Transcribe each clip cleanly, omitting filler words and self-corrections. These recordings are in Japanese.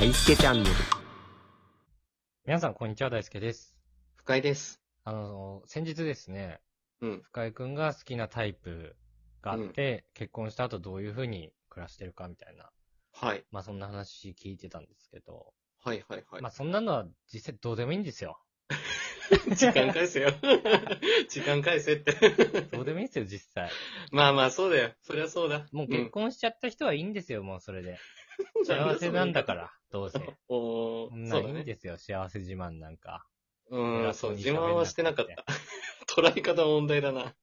大輔チャンネル。 皆さん、こんにちは。大輔です。 深井です。 先日ですね、 うん。 深井くんが好きなタイプがあって、結婚した後どういう風に暮らしてるかみたいな、 はい。 そんな話聞いてたんですけど、 はいはいはい。 そんなのは実際どうでもいいんですよ。 時間返せよ。時間返せって。 どうでもいいんですよ、実際。 まあまあ、そうだよ。そりゃそうだ。 もう結婚しちゃった人はいいんですよ、もうそれで。幸せなんだから、どうせ。 おー、 そんなそうだね。 いいんですよ、幸せ自慢なんか。 そう、 偉そうに喋んなくて自慢はしてなかった。捉え方問題だな。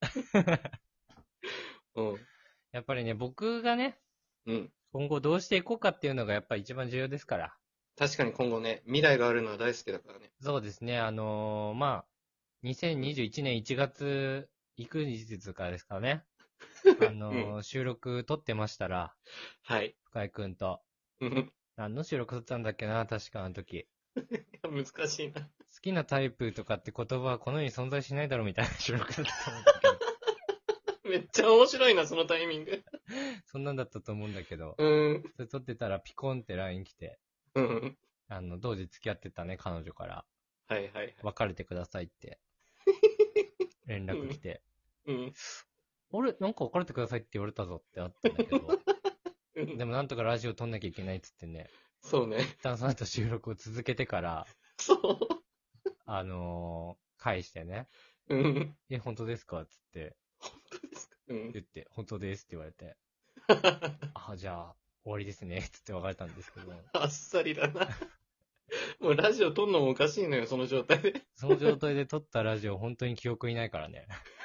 うん。 やっぱりね、僕がね、 うん。 今後どうしていこうかっていうのがやっぱり一番重要ですから。 確かに今後ね、未来があるのは大好きだからね。 そうですね。2021年1月、幾日からですかね。収録撮ってましたら、 はい。 深井くんと。 うん何の収録撮ったんだっけな、確かあの時。 難しいな。 好きなタイプとかって言葉はこの世に存在しないだろうみたいな収録だったと思うんだけど。 めっちゃ面白いな、そのタイミング。 そんなんだったと思うんだけど。それ撮ってたらピコンって LINE 来て、 うん。 当時付き合ってたね、彼女から、 はいはいはい。 別れてくださいって、連絡来て。 うん。 俺、なんか別れてくださいって言われたぞってあったんだけど。 うんでもなんとかラジオ撮んなきゃいけないっつってね。 そうね。 一旦その後収録を続けてから、 そう。 返してね。 うん。 本当ですかっつって、 本当ですか。うん。 言って、本当ですって言われて、じゃあ、終わりですね、つって別れたんですけど。 あっさりだな。もうラジオ撮んのもおかしいのよ、その状態で。 その状態で撮ったラジオ、本当に記憶にないからね。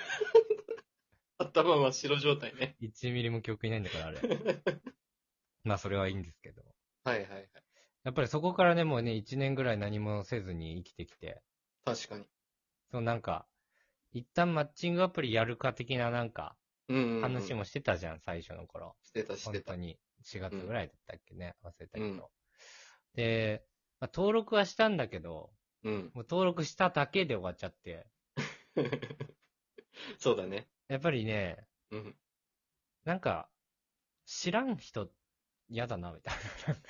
頭真っ白状態ね。 1ミリも記憶にないんだから、あれ。それはいいんですけど。 はいはいはい。 やっぱりそこからね、もうね、1年ぐらい何もせずに生きてきて、 確かに。 一旦マッチングアプリやるか的な話ももしてたじゃん、最初の頃。 してたしてた。 本当に4月ぐらいだったっけね、忘れたけど。 うんで、登録はしたんだけど、 うん。 もう登録しただけで終わっちゃって、 そうだね。 やっぱりね、 うん。 知らん人嫌だな、みたい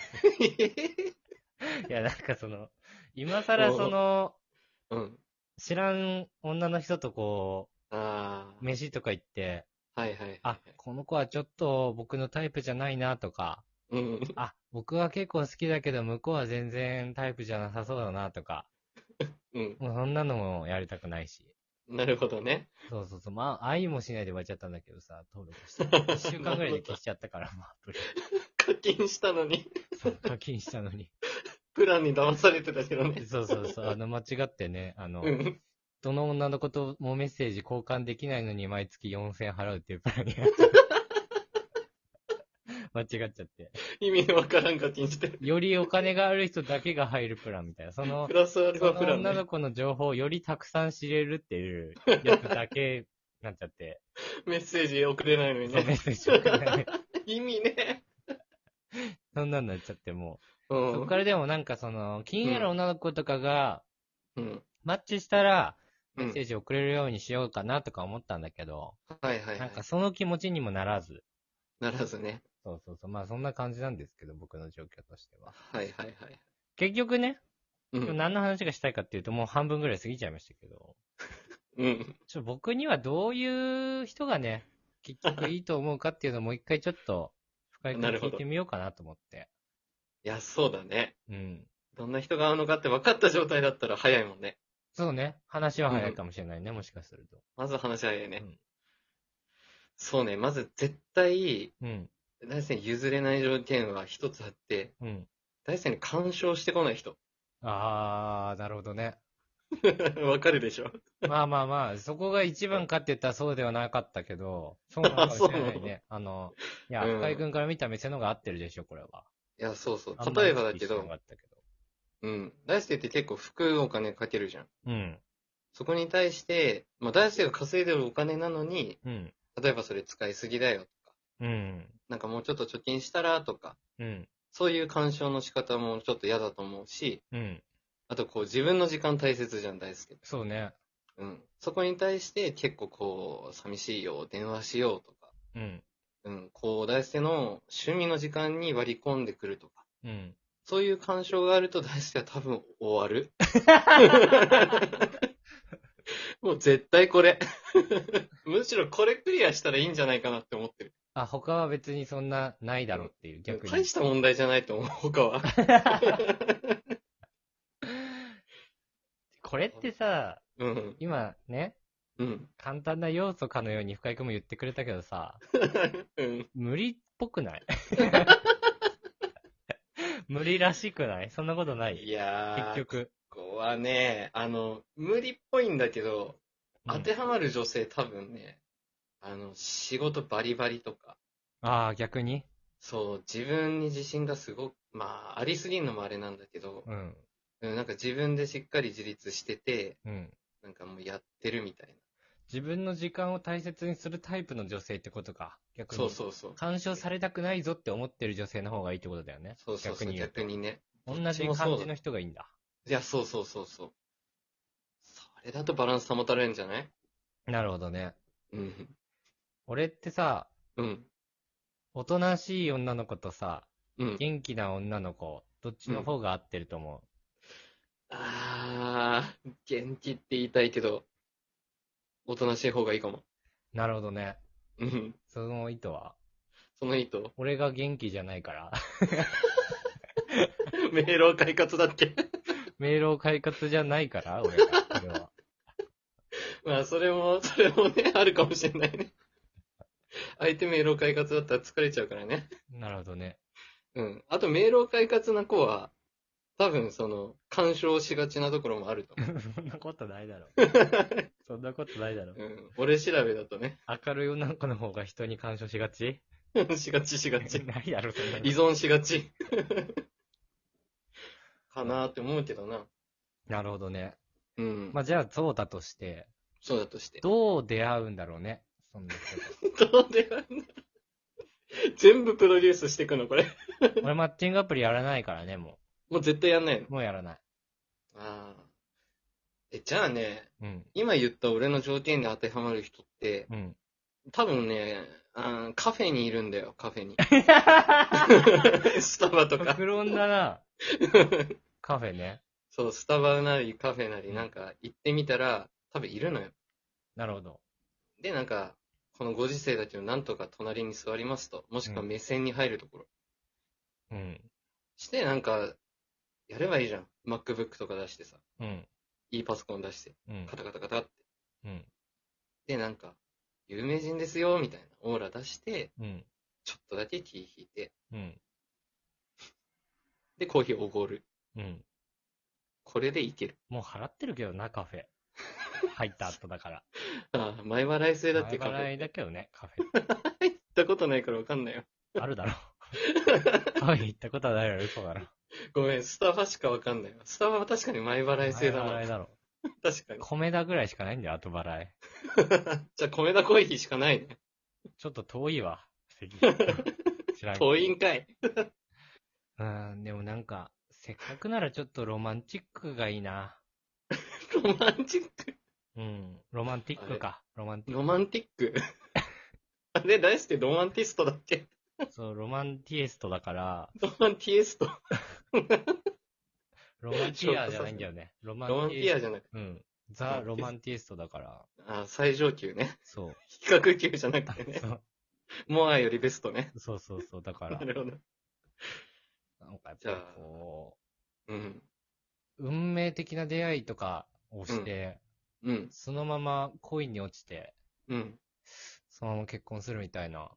な。いや、今更うん。 知らん女の人とああ。 飯とか行って、 はいはいはい。 この子はちょっと僕のタイプじゃないなとか、 うん。 僕は結構好きだけど向こうは全然タイプじゃなさそうだなとか、 うん。 もうそんなのもやりたくないし。 なるほどね。 そうそうそう。愛もしないで終わっちゃったんだけどさ、登録して。1週間ぐらいで消しちゃったから、アプリ。 課金したのに、 そう、課金したのに。 プランに騙されてたけどね。 そうそうそう。間違ってね、 うん。 どの女の子ともメッセージ交換できないのに毎月4000円払うっていうプランになっちゃった。間違っちゃって。 意味のわからん課金してる。 よりお金がある人だけが入るプランみたいな。 プラスアルファプランね。 女の子の情報をよりたくさん知れるっていうやつだけなっちゃって。 メッセージ送れないのにそう、メね。 ッセージ送れない。 意味ね。 そんなんなっちゃってもうう。そこん。 からでも気になる女の子とかが、 うん。 マッチしたら、 うんメッセージ送れるようにしようかなとか思ったんだけど、 はいはいはい。 その気持ちにもならず。 ならずね。 そうそうそう。そんな感じなんですけど、僕の状況としては。 はいはいはい。 結局ね、 うん。 何の話がしたいかっていうと、もう半分ぐらい過ぎちゃいましたけど、 うん。 僕にはどういう人がね、結局いいと思うかっていうのをもう一回ちょっと、深井君に聞いてみようかなと思って。 いや、そうだね。 うん。 どんな人が合うのかって分かった状態だったら早いもんね。 そうね。話は早いかもしれないね、もしかすると。 まず話早いね。 うんそうね、まず絶対、 うん。 大輔に譲れない条件は一つあって、 うん。 大輔に干渉してこない人。 なるほどね。 わかるでしょ。 そこが一番かって言ったらそうではなかったけど、そうなのかもしれないね。いや、 うん深井君から見た目線の方が合ってるでしょ、これは。 いや、そうそう。 あんま例り意識してなえばだけど、 かったけど。 大輔って結構服お金かけるじゃん。 うん。 そこに対して、大輔が稼いでるお金なのに、 うん。 例えばそれ使いすぎだよとか、 うん。 なんかもうちょっと貯金したらとか、 うん。 そういう干渉の仕方もちょっと嫌だと思うし、 うん。 あと自分の時間大切じゃん、大輔。 そうね。 そこに対して結構寂しいよ、電話しようとか、 うん。 大輔の趣味の時間に割り込んでくるとか、 うん。 そういう干渉があると大輔は多分終わる。もう絶対これ。むしろこれクリアしたらいいんじゃないかなって思ってる。 あ、他は別にそんなないだろうっていう、逆に。 大した問題じゃないと思う、他は。 これってさ、 うん。 今ね、 うん。 簡単な要素かのように深井君も言ってくれたけどさ、 うん。 無理っぽくない？無理らしくない？そんなことない？ いやー、 結局。 ここはね、無理っぽいんだけど、当うん。 てはまる女性多分ね、仕事バリバリとか、 ああ、逆に。 そう、自分に自信がすごく、まあ、ありすぎるのもあれなんだけど、 うん。 なんか自分でしっかり自立してて、 うん。 なんかもうやってるみたいな。 自分の時間を大切にするタイプの女性ってことか。逆そうに。 そうそう。 干渉されたくないぞって思ってる女性の方がいいってことだよね。 そうそうそう、 逆に言うと。 逆にね。どっ同ちもそうだ。 じ感じの人がいいんだ。 いや、そうそうそうそう。それだとバランス保たれるんじゃない？ なるほどね。 うん。 俺ってさ、 うん。 おとなしい女の子とさ、 うん。 元気な女の子、どっちのうん。 方が合ってると思元気って言いたいけど、おとなしい方がいいかも。 う？なるほどね。 うん。 その意図は？ その意図。 俺が元気じゃないから。 明朗快活だっけ？ 明朗快活じゃないから俺が。これは。 まあ、それもね、あるかもしれないね。相手明朗快活だったら疲れちゃうからね。 なるほどね。 うん。あと、明朗快活な子は、多分、干渉しがちなところもあると思う。 そんなことないだろ。そんなことないだろ。 うん。俺調べだとね。 明るい女の子の方が人に干渉しがち？ しがちしがち。 ないだろ、そんなの。 依存しがち。かなーって思うけどな。 なるほどね。 うん。 まあ、じゃあそうだとして、 そうだとして。 どう出会うんだろうね。そんな人と。 どうであんな全部プロデュースしていくの、これ。 俺マッチングアプリやらないからね、ももう絶対やんないの。 う。もうやらない。 ああ。じゃあね、 うん。 今言った俺の条件に当てはまる人って、 うん。 多分ね、カフェにいるんだよ、カフェに。スタバとか。 極論だな。カフェね。 そう、スタバなりカフェなり、 うんなんか行ってみたら、多分いるのよ。 なるほど。 で、なんか、このご時世だけど、なんとか隣に座りますと。もしくは目線に入るところ。 うん。 して、なんか、やればいいじゃん。MacBook とか出してさ。 うん。 いいパソコン出して。 うんカ。タカタカタって。 うん。 で、なんか、有名人ですよ、みたいなオーラ出して、 うん。 ちょっとだけ気引いて、 うん。 で、コーヒーおごる。 うん。 これでいける。 もう払ってるけどな、カフェ。入った後だから。 ああ、前払い制だって前払いカフェって。 だけどね、カフェ。 行ったことないからわかんないよ。 あるだろ。カフェ行ったことはないだろ、嘘だろ。 ごめん、スタバしかわかんないわ。スタバは確かに前払い制だな。 前払いだろ。 確かに。 米田ぐらいしかないんだよ、後払い。 じゃあ、米田コーヒーしかないね。 ちょっと遠いわ、席。知らんけど。 遠いんかい。 でもなんか、せっかくならちょっとロマンチックがいいな。 ロマンチック。 ロマンティックか。ロマンティック。 ロマンティック。あれ、大してロマンティストだっけ？ そう、ロマンティエストだから、 ロマンティエスト。 ロマンティアじゃないんだよね。ロマロマンティアじゃなくて。 ザ・ロマンティエストだから、 最上級ね。 そう。 比較級じゃなくてね。 そうモアよりベストね。 そうそうそう、だから、 なるほど。 なんかやっぱりこうん。 う、運命的な出会いとかをして、 うん。 そのまま恋に落ちて、 うん。 そのまま結婚するみたいな。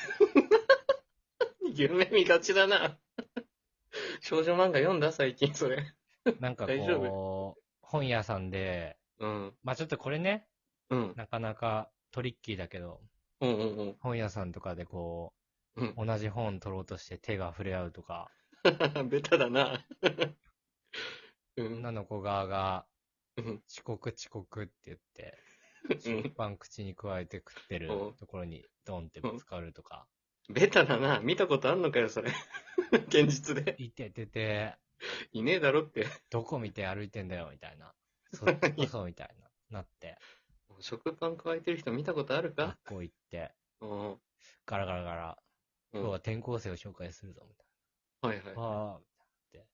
夢見がちだな。少女漫画読んだ最近それ。 なんか大丈こう、本屋さんで、 うん。 まあちょっとこれね、 うん。 なかなかトリッキーだけど、 うんうん本屋さんとかでこうん。 う、同じ本取ろうとして手が触れ合うとか、 うん。ベタだな。うん。 女の子側がうん。 遅刻って言って、 うん食パン口に加えて食ってるうんところにドンってぶつかるとか、 ベタだな。見たことあんのかよ、それ。現実で。 いててて、 いねえだろって。 どこ見て歩いてんだよみたいな。そっちこそみたいな、なって、 食パン加えてる人見たことあるか？ 学校行って、 うん。うん。 ガラガラガラ、今日は転校生を紹介するぞみたいはいはい。 な。あーって。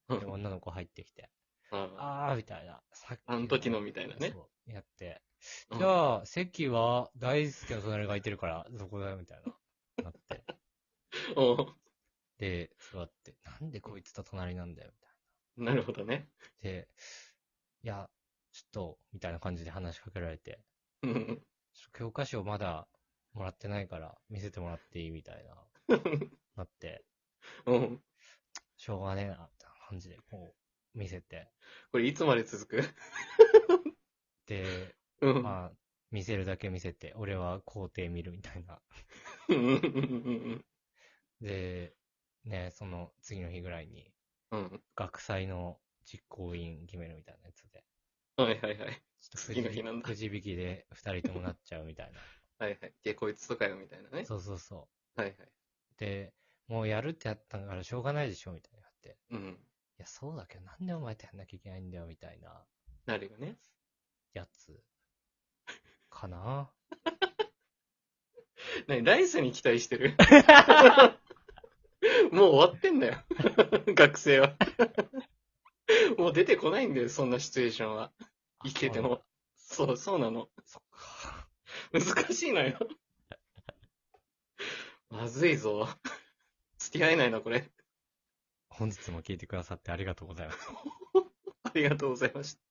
で、女の子入ってきて、 あみたいな。さっきあの時のみたいなね。 そう、やって。 うんじゃあ、席は大輔の隣が空いてるから、そこだよ、みたいな。なって。 おうで、座って、なんでこいつと隣なんだよ、みたいなるほどね。 な。で、いや、ちょっと、みたいな感じで話しかけられて、 うんちょっと教科書まだもらってないから見せてもらっていいみたいな、なって、 うんしょうがねえな、みたいな感じで、こう、見せて、 これいつまで続く？ で、 うん。 まあ、見せるだけ見せて、俺は工程見るみたいな。で、ね、その次の日ぐらいに、 うん。 学祭の実行委員決めるみたいなやつで、 はいはいはい。 ちょっと次の日なんだ。 くじ引きで二人ともなっちゃうみたいな。 はいはい。で、こいつとかよみたいなね。 そうそうそはいはい。 う。で、もうやるってやったんからしょうがないでしょみたいなって。 うん。 いや、そうだけどなんでお前とやんなきゃいけないんだよみたいななるよね。 やつかな。 来世に期待してる？もう終わってんだよ。学生は。もう出てこないんだよ、そんなシチュエーションは。生きてても。そうなの。 そっか。 難しいのよ。まずいぞ。付き合えないな、これ。 本日も聞いてくださってありがとうございます。 ありがとうございました。